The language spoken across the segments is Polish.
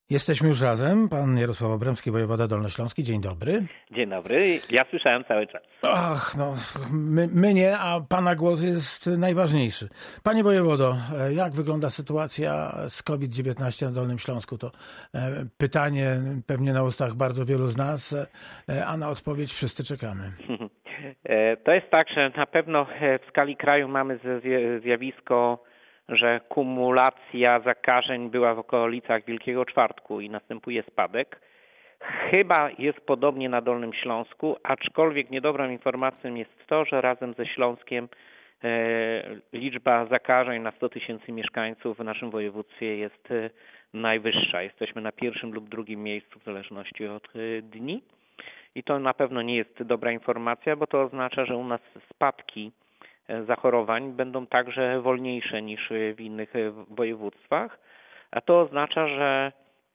Jesteśmy już razem. Pan Jarosław Obremski, wojewoda dolnośląski. Dzień dobry. Dzień dobry. Ja słyszałem cały czas. Ach, no, my nie, a pana głos jest najważniejszy. Panie wojewodo, jak wygląda sytuacja z COVID-19 na Dolnym Śląsku? To pytanie pewnie na ustach bardzo wielu z nas, a na odpowiedź wszyscy czekamy. To jest tak, że na pewno w skali kraju mamy zjawisko, że kumulacja zakażeń była w okolicach Wielkiego Czwartku i następuje spadek. Chyba jest podobnie na Dolnym Śląsku, aczkolwiek niedobrą informacją jest to, że razem ze Śląskiem liczba zakażeń na 100 tysięcy mieszkańców w naszym województwie jest najwyższa. Jesteśmy na pierwszym lub drugim miejscu w zależności od dni. I to na pewno nie jest dobra informacja, bo to oznacza, że u nas spadki zachorowań będą także wolniejsze niż w innych województwach, a to oznacza, że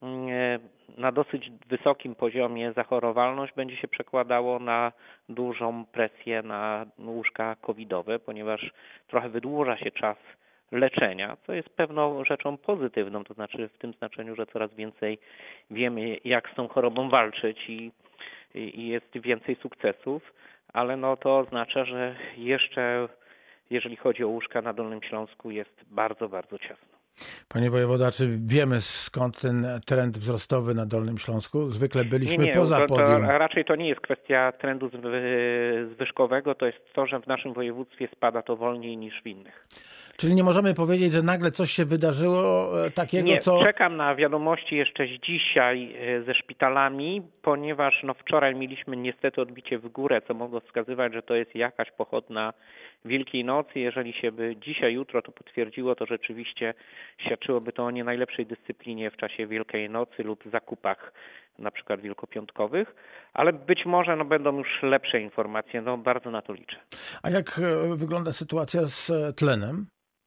na dosyć wysokim poziomie zachorowalność będzie się przekładało na dużą presję na łóżka covidowe, ponieważ trochę wydłuża się czas leczenia, co jest pewną rzeczą pozytywną, to znaczy w tym znaczeniu, że coraz więcej wiemy, jak z tą chorobą walczyć i jest więcej sukcesów, ale no to oznacza, że jeszcze jeżeli chodzi o łóżka na Dolnym Śląsku jest bardzo, bardzo ciasno. Panie wojewoda, czy wiemy skąd ten trend wzrostowy na Dolnym Śląsku? Zwykle byliśmy poza podium. Raczej to nie jest kwestia trendu zwyżkowego, to jest to, że w naszym województwie spada to wolniej niż w innych. Czyli nie możemy powiedzieć, że nagle coś się wydarzyło takiego, nie, co... Czekam na wiadomości jeszcze z dzisiaj ze szpitalami, ponieważ wczoraj mieliśmy niestety odbicie w górę, co mogło wskazywać, że to jest jakaś pochodna Wielkiej Nocy. Jeżeli się by dzisiaj, jutro to potwierdziło, to rzeczywiście świadczyłoby to o nie najlepszej dyscyplinie w czasie Wielkiej Nocy lub zakupach na przykład wielkopiątkowych, ale być może będą już lepsze informacje, bardzo na to liczę. A jak wygląda sytuacja z tlenem?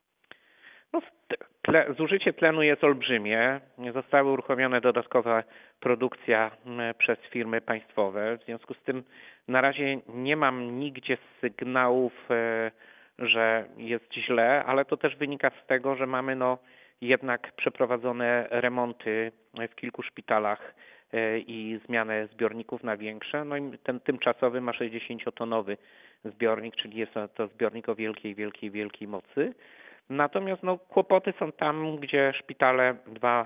Zużycie tlenu jest olbrzymie. Zostały uruchomione dodatkowa produkcja przez firmy państwowe. W związku z tym na razie nie mam nigdzie sygnałów, że jest źle, ale to też wynika z tego, że mamy jednak przeprowadzone remonty w kilku szpitalach i zmianę zbiorników na większe. I ten tymczasowy ma 60-tonowy zbiornik, czyli jest to zbiornik o wielkiej mocy. Natomiast kłopoty są tam, gdzie szpitale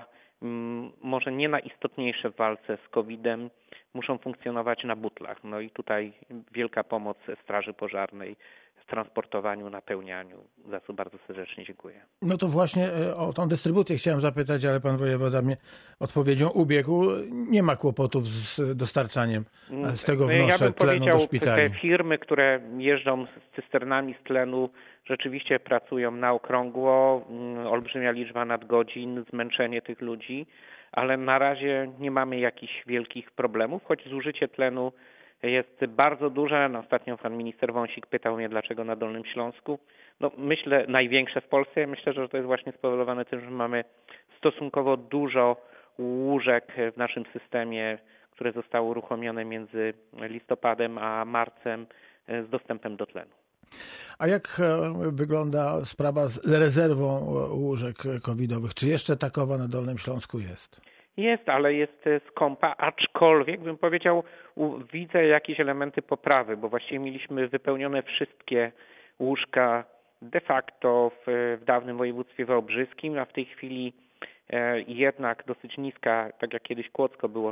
może nie najistotniejsze w walce z COVID-em muszą funkcjonować na butlach. I tutaj wielka pomoc Straży Pożarnej w transportowaniu, napełnianiu, za co bardzo serdecznie dziękuję. To właśnie o tą dystrybucję chciałem zapytać, ale pan wojewoda mnie odpowiedzią ubiegł. Nie ma kłopotów z dostarczaniem z tego wnoszę tlenu do szpitali. Te firmy, które jeżdżą z cysternami z tlenu, rzeczywiście pracują na okrągło, olbrzymia liczba nadgodzin, zmęczenie tych ludzi, ale na razie nie mamy jakichś wielkich problemów, choć zużycie tlenu jest bardzo duże. Ostatnio pan minister Wąsik pytał mnie, dlaczego na Dolnym Śląsku. Myślę, największe w Polsce. Myślę, że to jest właśnie spowodowane tym, że mamy stosunkowo dużo łóżek w naszym systemie, które zostały uruchomione między listopadem a marcem z dostępem do tlenu. A jak wygląda sprawa z rezerwą łóżek covidowych? Czy jeszcze takowa na Dolnym Śląsku jest? Jest, ale jest skąpa, aczkolwiek bym powiedział, widzę jakieś elementy poprawy, bo właściwie mieliśmy wypełnione wszystkie łóżka de facto w dawnym województwie wałbrzyskim, a w tej chwili jednak dosyć niska, tak jak kiedyś Kłodzko było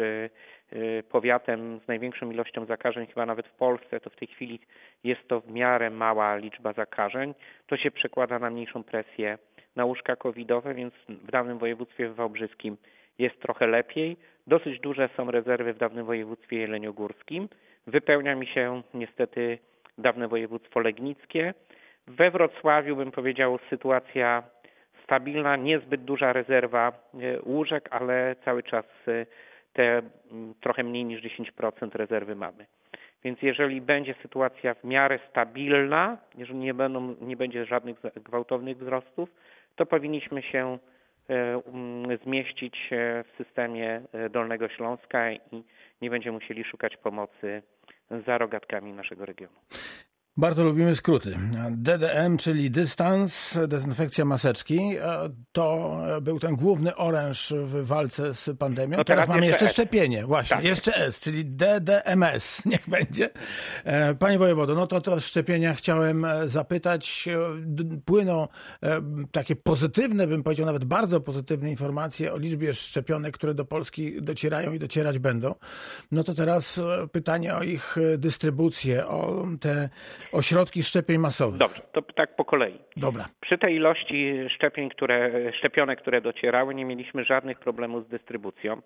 powiatem z największą ilością zakażeń chyba nawet w Polsce, to w tej chwili jest to w miarę mała liczba zakażeń. To się przekłada na mniejszą presję na łóżka covidowe, więc w dawnym województwie wałbrzyskim jest trochę lepiej. Dosyć duże są rezerwy w dawnym województwie jeleniogórskim. Wypełnia mi się niestety dawne województwo legnickie. We Wrocławiu bym powiedział sytuacja stabilna, niezbyt duża rezerwa łóżek, ale cały czas te trochę mniej niż 10% rezerwy mamy. Więc jeżeli będzie sytuacja w miarę stabilna, jeżeli nie będzie żadnych gwałtownych wzrostów, to powinniśmy się zmieścić w systemie Dolnego Śląska i nie będziemy musieli szukać pomocy za rogatkami naszego regionu. Bardzo lubimy skróty. DDM, czyli dystans, dezynfekcja maseczki. To był ten główny oręż w walce z pandemią. No teraz mamy jeszcze S. szczepienie. Właśnie, tak. Jeszcze S, czyli DDMS. Niech będzie. Panie wojewodo, no to szczepienia chciałem zapytać. Płyną takie pozytywne, bym powiedział, nawet bardzo pozytywne informacje o liczbie szczepionek, które do Polski docierają i docierać będą. No to teraz pytanie o ich dystrybucję, o te ośrodki szczepień masowych. Dobrze, to tak po kolei. Dobra. Przy tej ilości szczepionek, które docierały, nie mieliśmy żadnych problemów z dystrybucją.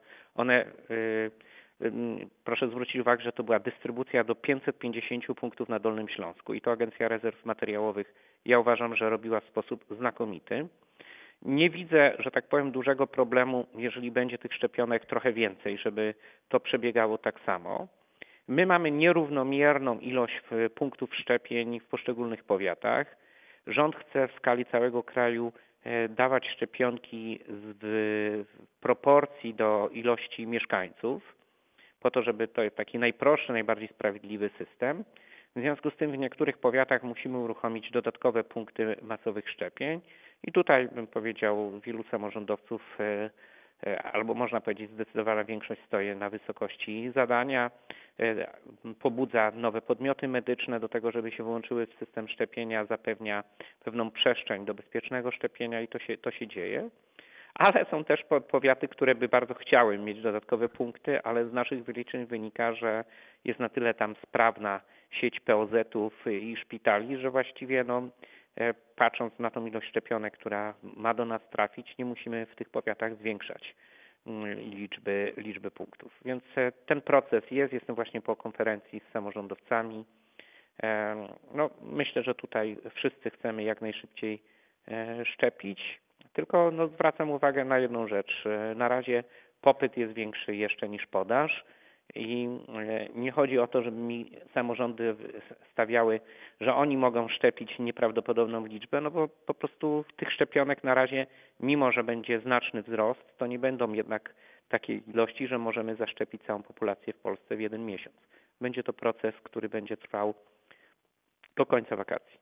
Proszę zwrócić uwagę, że to była dystrybucja do 550 punktów na Dolnym Śląsku i to Agencja Rezerw Materiałowych, ja uważam, że robiła w sposób znakomity. Nie widzę, że tak powiem, dużego problemu, jeżeli będzie tych szczepionek trochę więcej, żeby to przebiegało tak samo. My mamy nierównomierną ilość punktów szczepień w poszczególnych powiatach. Rząd chce w skali całego kraju dawać szczepionki w proporcji do ilości mieszkańców, po to, żeby to jest taki najprostszy, najbardziej sprawiedliwy system. W związku z tym w niektórych powiatach musimy uruchomić dodatkowe punkty masowych szczepień i tutaj bym powiedział, wielu samorządowców, albo można powiedzieć zdecydowana większość stoi na wysokości zadania, pobudza nowe podmioty medyczne do tego, żeby się włączyły w system szczepienia, zapewnia pewną przestrzeń do bezpiecznego szczepienia i to się dzieje. Ale są też powiaty, które by bardzo chciały mieć dodatkowe punkty, ale z naszych wyliczeń wynika, że jest na tyle tam sprawna sieć POZ-ów i szpitali, że właściwie patrząc na tą ilość szczepionek, która ma do nas trafić, nie musimy w tych powiatach zwiększać liczby punktów. Więc ten proces jestem właśnie po konferencji z samorządowcami. Myślę, że tutaj wszyscy chcemy jak najszybciej szczepić, tylko zwracam uwagę na jedną rzecz. Na razie popyt jest większy jeszcze niż podaż i nie chodzi o to, żeby mi samorządy stawiały, że oni mogą szczepić nieprawdopodobną liczbę, bo po prostu tych szczepionek na razie, mimo że będzie znaczny wzrost, to nie będą jednak takiej ilości, że możemy zaszczepić całą populację w Polsce w 1 miesiąc. Będzie to proces, który będzie trwał do końca wakacji.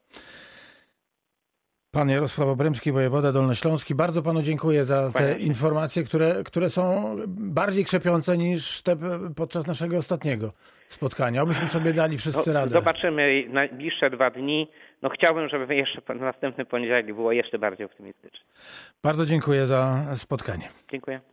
Pan Jarosław Obremski, wojewoda dolnośląski. Bardzo panu dziękuję za te informacje, które są bardziej krzepiące niż te podczas naszego ostatniego spotkania. Obyśmy sobie dali wszyscy radę. Zobaczymy najbliższe 2 dni. Chciałbym, żeby jeszcze następny poniedziałek było jeszcze bardziej optymistyczny. Bardzo dziękuję za spotkanie. Dziękuję.